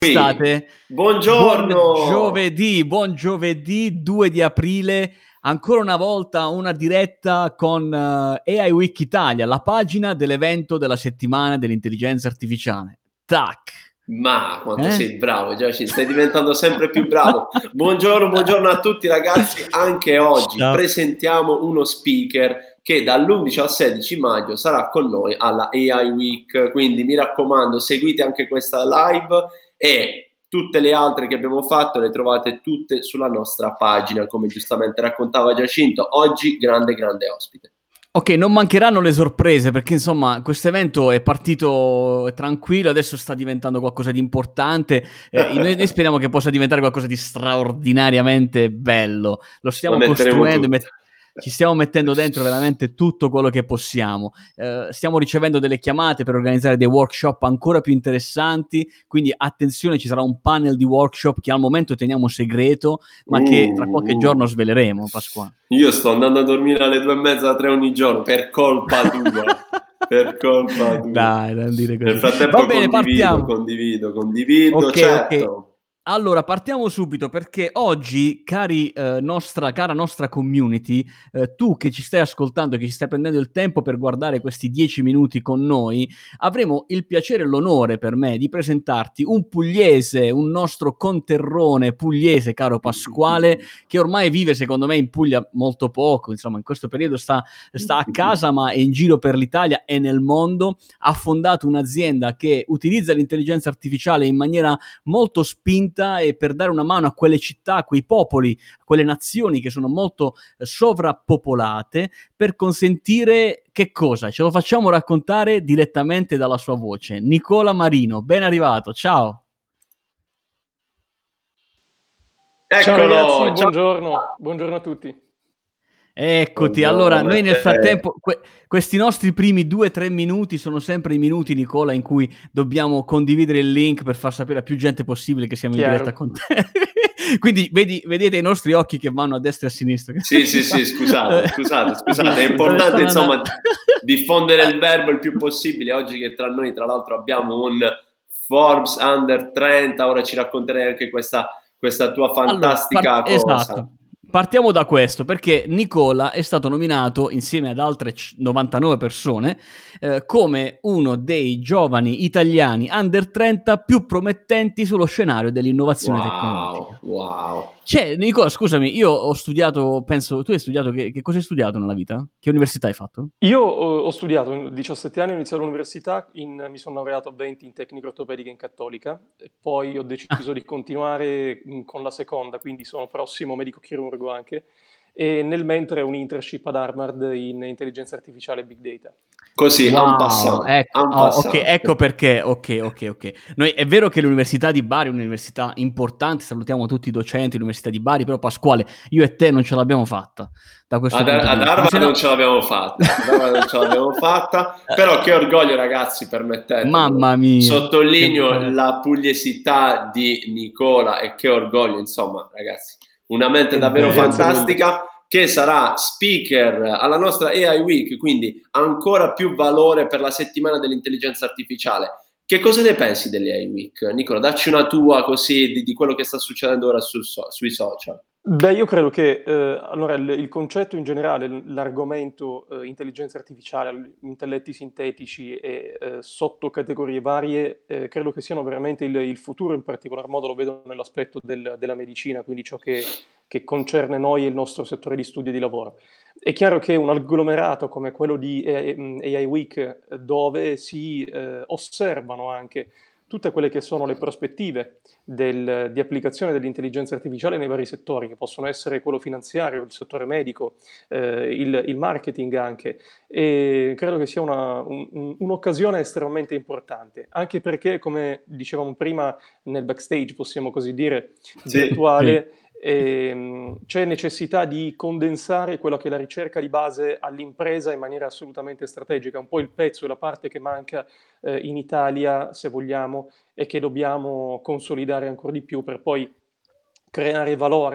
State? Buongiorno! Buon giovedì 2 di aprile, ancora una volta una diretta con AI Week Italia, la pagina dell'evento della settimana dell'intelligenza artificiale. Tac! Ma quanto sei bravo, Giaci, stai diventando sempre più bravo. Buongiorno a tutti ragazzi, anche oggi presentiamo uno speaker che dall'11 al 16 maggio sarà con noi alla AI Week, quindi mi raccomando seguite anche questa live e tutte le altre che abbiamo fatto le trovate tutte sulla nostra pagina, come giustamente raccontava Giacinto. Oggi grande ospite. Ok, non mancheranno le sorprese perché insomma questo evento è partito tranquillo, adesso sta diventando qualcosa di importante, noi speriamo che possa diventare qualcosa di straordinariamente bello, lo stiamo costruendo, ci stiamo mettendo dentro veramente tutto quello che possiamo, stiamo ricevendo delle chiamate per organizzare dei workshop ancora più interessanti, quindi attenzione, ci sarà un panel di workshop che al momento teniamo segreto, ma che tra qualche giorno sveleremo, Pasquale. Io sto andando a dormire alle 2:30, 3 ogni giorno, per colpa tua. Per colpa tua. Dai, non dire così. Nel frattempo Va bene, partiamo. condivido, Ok. certo. Allora, partiamo subito perché oggi, cara nostra community, tu che ci stai ascoltando, che ci stai prendendo il tempo per guardare questi 10 minuti con noi, avremo il piacere e l'onore per me di presentarti un pugliese, un nostro conterrone pugliese, caro Pasquale, che ormai vive, secondo me, in Puglia molto poco, insomma, in questo periodo sta a casa, ma è in giro per l'Italia e nel mondo. Ha fondato un'azienda che utilizza l'intelligenza artificiale in maniera molto spinta e per dare una mano a quelle città, a quei popoli, a quelle nazioni che sono molto sovrappopolate, per consentire che cosa? Ce lo facciamo raccontare direttamente dalla sua voce. Nicola Marino, ben arrivato, ciao. Ciao ragazzi, buongiorno a tutti. Eccoti, allora noi nel frattempo, questi nostri primi 2-3 minuti sono sempre i minuti, Nicola, in cui dobbiamo condividere il link per far sapere a più gente possibile che siamo in diretta con te. Quindi vedete i nostri occhi che vanno a destra e a sinistra. Sì, scusate, è importante insomma diffondere il verbo il più possibile, oggi che tra noi tra l'altro abbiamo un Forbes Under 30, ora ci racconterai anche questa tua fantastica cosa. Esatto. Partiamo da questo, perché Nicola è stato nominato, insieme ad altre 99 persone, come uno dei giovani italiani under 30 più promettenti sullo scenario dell'innovazione tecnologica. Wow. Cioè, Nicola, scusami, io ho studiato, penso, tu hai studiato, che cosa hai studiato nella vita? Che università hai fatto? Io ho studiato, a 17 anni ho iniziato l'università, mi sono laureato a 20 in tecnica ortopedica in Cattolica, e poi ho deciso di continuare con la seconda, quindi sono prossimo medico chirurgo anche, e nel mentre un internship ad Harvard in intelligenza artificiale e big data. Così, wow, ecco perché, ok. Noi, è vero che l'Università di Bari è un'università importante, salutiamo tutti i docenti dell'Università di Bari, però Pasquale, io e te non ce l'abbiamo fatta. Da questo ad Harvard non ce l'abbiamo fatta, però che orgoglio ragazzi, permettetemi. Mamma mia. Sottolineo la pugliesità di Nicola e che orgoglio, insomma ragazzi, una mente davvero fantastica, che sarà speaker alla nostra AI Week, quindi ancora più valore per la settimana dell'intelligenza artificiale. Che cosa ne pensi delle AI Week? Nicola, dacci una tua così di quello che sta succedendo ora sui social. Beh, io credo che allora il concetto in generale, l'argomento intelligenza artificiale, intelletti sintetici e sottocategorie varie, credo che siano veramente il futuro, in particolar modo lo vedo nell'aspetto della medicina, quindi ciò che concerne noi e il nostro settore di studio e di lavoro. È chiaro che un agglomerato come quello di AI Week, dove si osservano anche tutte quelle che sono le prospettive di applicazione dell'intelligenza artificiale nei vari settori, che possono essere quello finanziario, il settore medico, il marketing anche, e credo che sia un'occasione estremamente importante, anche perché, come dicevamo prima nel backstage, possiamo così dire, virtuale, c'è necessità di condensare quella che è la ricerca di base all'impresa in maniera assolutamente strategica, un po' il pezzo e la parte che manca in Italia, se vogliamo, e che dobbiamo consolidare ancora di più per poi creare valore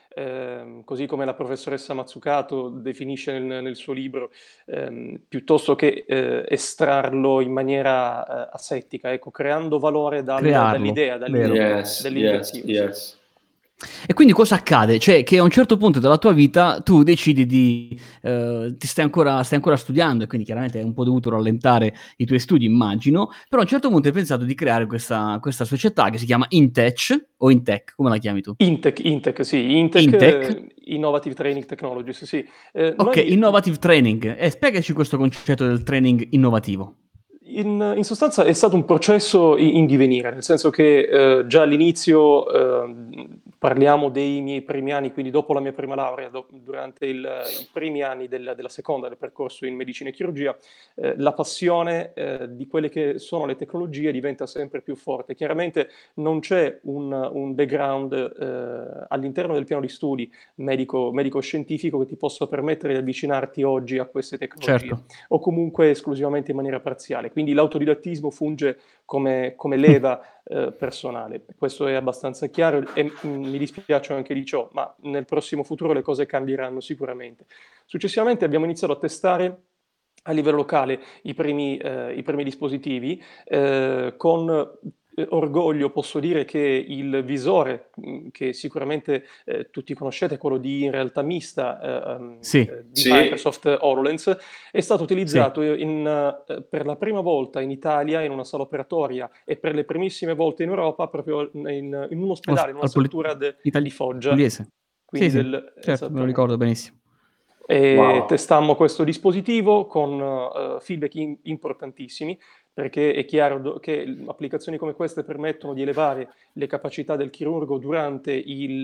così come la professoressa Mazzucato definisce nel suo libro, piuttosto che estrarlo in maniera asettica, ecco, creando valore dall'idea, dall'inventivo. Yes. E quindi cosa accade? Cioè che a un certo punto della tua vita tu decidi ti stai ancora studiando, e quindi chiaramente hai un po' dovuto rallentare i tuoi studi, immagino, però a un certo punto hai pensato di creare questa società che si chiama Intech, o Intech, come la chiami tu? Intech, sì, Intech. Innovative Training Technologies, sì. Innovative Training. Spiegaci questo concetto del training innovativo. In sostanza è stato un processo in divenire, nel senso che già all'inizio, parliamo dei miei primi anni, quindi dopo la mia prima laurea, durante i primi anni della seconda del percorso in medicina e chirurgia, la passione di quelle che sono le tecnologie diventa sempre più forte. Chiaramente non c'è un background all'interno del piano di studi medico-scientifico che ti possa permettere di avvicinarti oggi a queste tecnologie, certo, o comunque esclusivamente in maniera parziale. Quindi l'autodidattismo funge come leva personale. Questo è abbastanza chiaro e mi dispiace anche di ciò, ma nel prossimo futuro le cose cambieranno sicuramente. Successivamente abbiamo iniziato a testare a livello locale i primi dispositivi, con orgoglio posso dire che il visore, che sicuramente tutti conoscete, quello di in realtà mista di Microsoft HoloLens, è stato utilizzato per la prima volta in Italia in una sala operatoria e per le primissime volte in Europa proprio in un ospedale, in una struttura di Foggia. Quindi certo, me lo ricordo benissimo. E testammo questo dispositivo con feedback importantissimi, perché è chiaro che applicazioni come queste permettono di elevare le capacità del chirurgo durante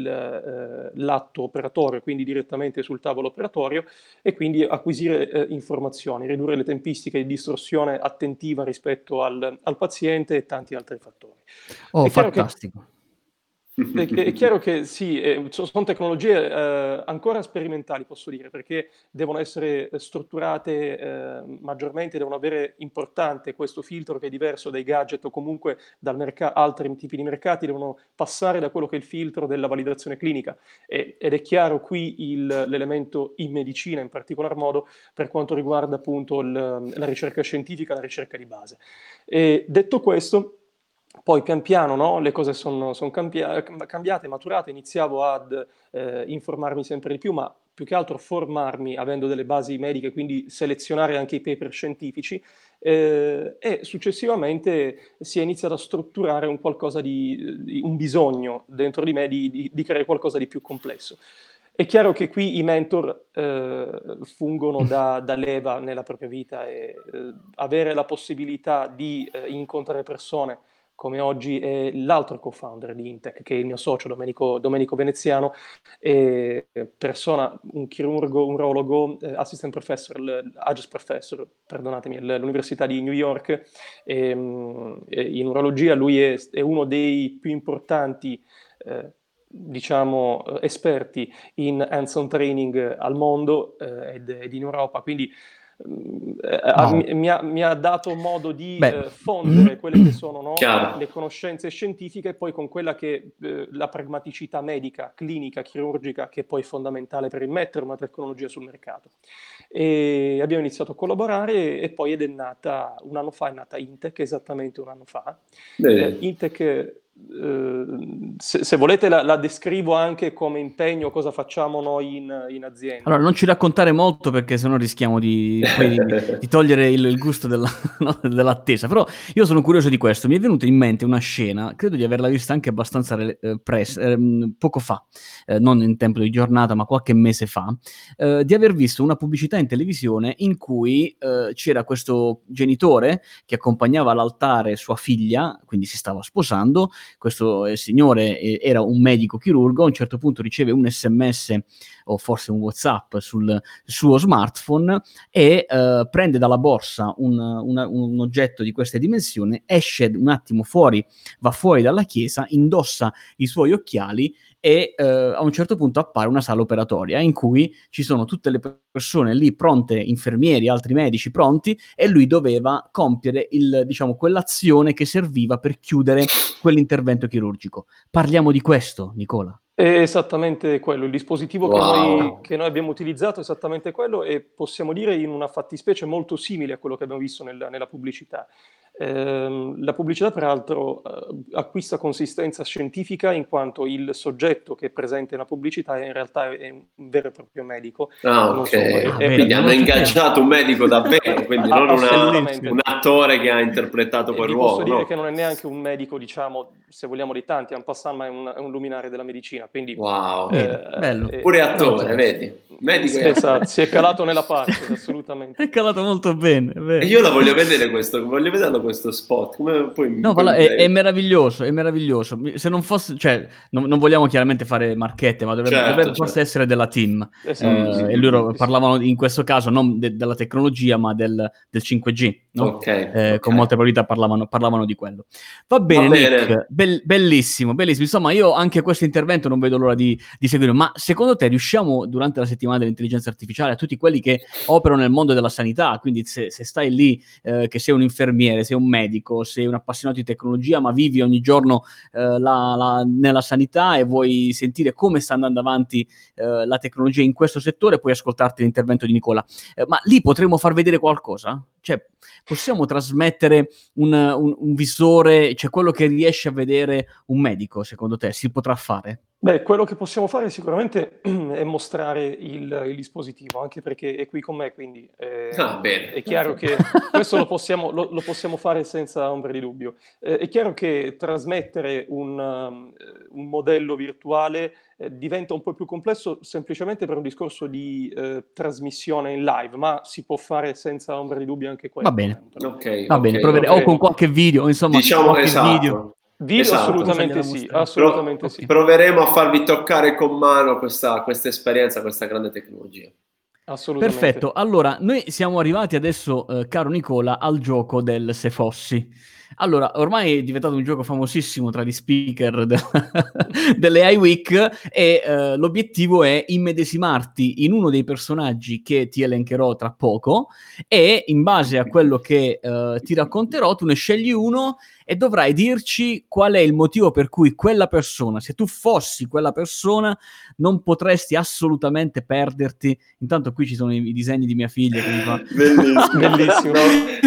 l'atto operatorio, quindi direttamente sul tavolo operatorio, e quindi acquisire informazioni, ridurre le tempistiche di distorsione attentiva rispetto al paziente e tanti altri fattori. Oh, fantastico. È chiaro che sì, sono tecnologie ancora sperimentali, posso dire, perché devono essere strutturate maggiormente, devono avere importante questo filtro che è diverso dai gadget o comunque altri tipi di mercati, devono passare da quello che è il filtro della validazione clinica. Ed è chiaro qui l'elemento in medicina, in particolar modo, per quanto riguarda appunto la ricerca scientifica, la ricerca di base. E detto questo, poi pian piano, no, le cose sono cambiate, maturate, iniziavo ad informarmi sempre di più, ma più che altro formarmi avendo delle basi mediche, quindi selezionare anche i paper scientifici, e successivamente si è iniziato a strutturare un bisogno dentro di me di creare qualcosa di più complesso. È chiaro che qui i mentor fungono da leva nella propria vita, e avere la possibilità di incontrare persone come oggi è l'altro co-founder di Intech, che è il mio socio Domenico Veneziano, un chirurgo, un urologo, assistant professor, adjunct professor, perdonatemi, all'Università di New York, in urologia. Lui è uno dei più importanti esperti in hands-on training al mondo ed in Europa, quindi mi ha dato modo di fondere quelle che sono le conoscenze scientifiche poi con quella che la pragmaticità medica, clinica, chirurgica, che è poi fondamentale per immettere una tecnologia sul mercato. E abbiamo iniziato a collaborare e poi è nata Intech, esattamente un anno fa. Intech, se volete la descrivo anche come impegno, cosa facciamo noi in azienda. Allora, non ci raccontare molto perché sennò rischiamo di togliere il gusto dell'attesa, però io sono curioso di questo. Mi è venuta in mente una scena, credo di averla vista anche abbastanza poco fa, non in tempo di giornata ma qualche mese fa, di aver visto una pubblicità in televisione in cui c'era questo genitore che accompagnava all'altare sua figlia, quindi si stava sposando. Questo signore era un medico chirurgo, a un certo punto riceve un SMS o forse un WhatsApp sul suo smartphone e prende dalla borsa un oggetto di queste dimensioni, esce un attimo fuori, va fuori dalla chiesa, indossa i suoi occhiali e a un certo punto appare una sala operatoria in cui ci sono tutte le persone lì pronte, infermieri, altri medici pronti, e lui doveva compiere quell'azione che serviva per chiudere quell'intervento chirurgico. Parliamo di questo, Nicola. È esattamente quello, il dispositivo che noi abbiamo utilizzato è esattamente quello, e possiamo dire in una fattispecie molto simile a quello che abbiamo visto nella pubblicità. La pubblicità, peraltro, acquista consistenza scientifica in quanto il soggetto che è presente nella pubblicità in realtà è un vero e proprio medico. Quindi hanno ingaggiato un medico davvero, quindi non un attore che ha interpretato quel ruolo. Posso dire che non è neanche un medico, diciamo, se vogliamo, di tanti, en passant, ma è un luminare della medicina. Quindi, wow, bello. Pure attore, vedi? Medico esatto, si è calato nella parte, assolutamente. È calato molto bene. E io la voglio vedere questo spot. Come poi è meraviglioso, è meraviglioso. Se non fosse, cioè, non vogliamo chiaramente fare marchette, ma dovrebbe forse essere della team. E loro parlavano in questo caso non della tecnologia, ma del 5G, no? Con molte probabilità parlavano di quello. Va bene, Nick, bellissimo. Insomma, io anche questo intervento non vedo l'ora di seguire. Ma secondo te riusciamo durante la settimana dell'intelligenza artificiale, a tutti quelli che operano nel mondo della sanità, quindi se stai lì, che sei un infermiere, sei un medico, sei un appassionato di tecnologia, ma vivi ogni giorno nella sanità e vuoi sentire come sta andando avanti la tecnologia in questo settore, puoi ascoltarti l'intervento di Nicola. Ma lì potremmo far vedere qualcosa? Cioè, possiamo trasmettere un visore, cioè quello che riesce a vedere un medico, secondo te, si potrà fare? Beh, quello che possiamo fare sicuramente è mostrare il dispositivo, anche perché è qui con me, quindi è chiaro che questo lo possiamo fare senza ombra di dubbio. È chiaro che trasmettere un modello virtuale diventa un po' più complesso semplicemente per un discorso di trasmissione in live, ma si può fare senza ombra di dubbio anche quello. Va bene, proveremo, o con qualche video, insomma, diciamo video. Assolutamente sì. Proveremo a farvi toccare con mano questa esperienza, questa grande tecnologia. Assolutamente. Perfetto, allora noi siamo arrivati adesso, caro Nicola, al gioco del Se Fossi. Allora, ormai è diventato un gioco famosissimo tra gli speaker delle AI Week e l'obiettivo è immedesimarti in uno dei personaggi che ti elencherò tra poco, e in base a quello che ti racconterò tu ne scegli uno e dovrai dirci qual è il motivo per cui quella persona, se tu fossi quella persona, non potresti assolutamente perderti. Intanto qui ci sono i disegni di mia figlia che mi fa... Bellissimo.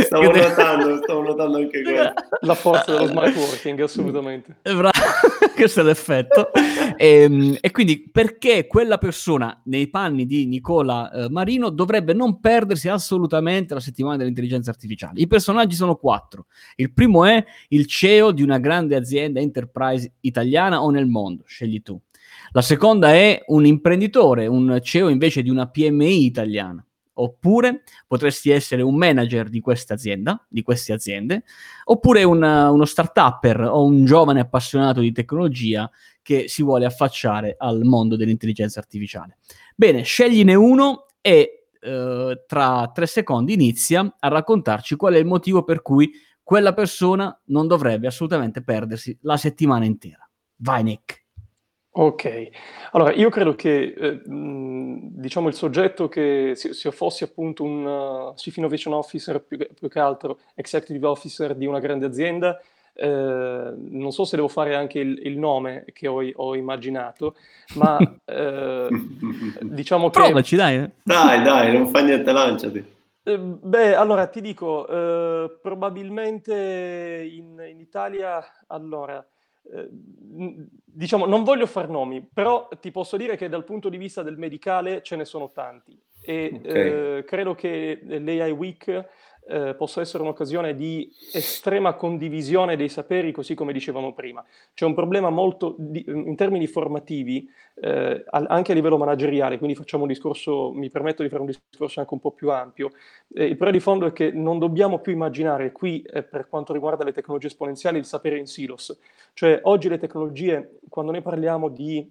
Stavo notando anche questo. La forza dello smart working, assolutamente. Questo è l'effetto. E quindi perché quella persona nei panni di Nicola Marino dovrebbe non perdersi assolutamente la settimana dell'intelligenza artificiale? I personaggi sono 4. Il primo è il CEO di una grande azienda enterprise italiana o nel mondo, scegli tu. La seconda è un imprenditore, un CEO invece di una PMI italiana. Oppure potresti essere un manager di questa azienda, di queste aziende, oppure uno start-upper o un giovane appassionato di tecnologia che si vuole affacciare al mondo dell'intelligenza artificiale. Bene, scegliene uno e tra 3 secondi inizia a raccontarci qual è il motivo per cui quella persona non dovrebbe assolutamente perdersi la settimana intera. Vai, Nick. Ok, allora io credo che diciamo il soggetto che se fossi appunto un Chief Innovation Officer, più che altro Executive Officer di una grande azienda, non so se devo fare anche il nome che ho immaginato, ma diciamo che... Provaci, dai. Dai, non fa niente, lanciati. Beh, allora ti dico, probabilmente in Italia, allora... diciamo, non voglio far nomi, però ti posso dire che dal punto di vista del medicale ce ne sono tanti e credo che l'AI Week possa essere un'occasione di estrema condivisione dei saperi, così come dicevamo prima. C'è un problema molto in termini formativi, anche a livello manageriale, quindi facciamo un discorso, mi permetto di fare un discorso anche un po' più ampio. Il problema di fondo è che non dobbiamo più immaginare qui, per quanto riguarda le tecnologie esponenziali, il sapere in silos. Cioè, oggi le tecnologie, quando noi parliamo di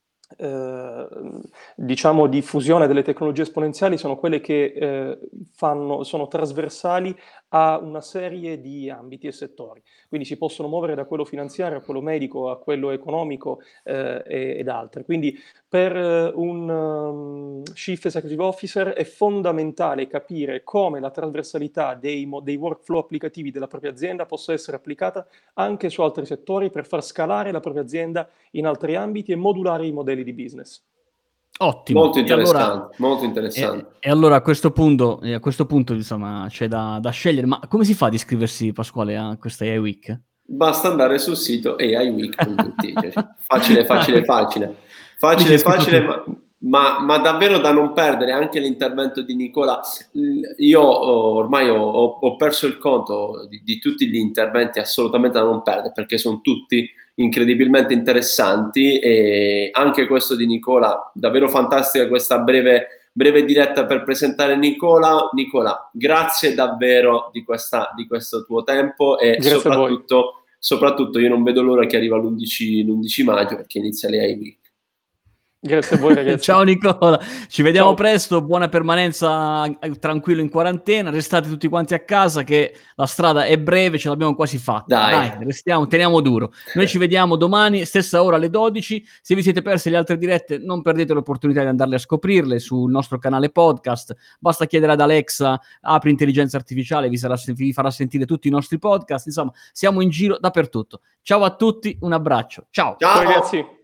diciamo di fusione delle tecnologie esponenziali, sono quelle che sono trasversali a una serie di ambiti e settori. Quindi si possono muovere da quello finanziario a quello medico, a quello economico ed altri. Quindi per un Chief Executive Officer è fondamentale capire come la trasversalità dei workflow applicativi della propria azienda possa essere applicata anche su altri settori per far scalare la propria azienda in altri ambiti e modulare i modelli di business. Ottimo. Molto interessante, molto interessante. E allora a questo punto insomma c'è da scegliere, ma come si fa ad iscriversi, Pasquale, a questa AI Week? Basta andare sul sito aiweek.it. Facile, ma davvero da non perdere anche l'intervento di Nicola. Io ormai ho perso il conto di tutti gli interventi, assolutamente da non perdere, perché sono tutti incredibilmente interessanti, e anche questo di Nicola, davvero fantastica questa breve diretta per presentare Nicola. Nicola, grazie davvero di questo tuo tempo, e soprattutto io non vedo l'ora che arriva l'11 maggio, perché inizia le AI Week. Grazie a voi, ragazzi. Ciao Nicola, ci vediamo presto, buona permanenza tranquillo in quarantena, restate tutti quanti a casa che la strada è breve, ce l'abbiamo quasi fatta. Dai, teniamo duro. Noi ci vediamo domani, stessa ora alle 12. Se vi siete persi le altre dirette, non perdete l'opportunità di andarle a scoprirle sul nostro canale podcast. Basta chiedere ad Alexa, apri intelligenza artificiale, vi farà sentire tutti i nostri podcast. Insomma, siamo in giro dappertutto. Ciao a tutti, un abbraccio. Ciao ragazzi.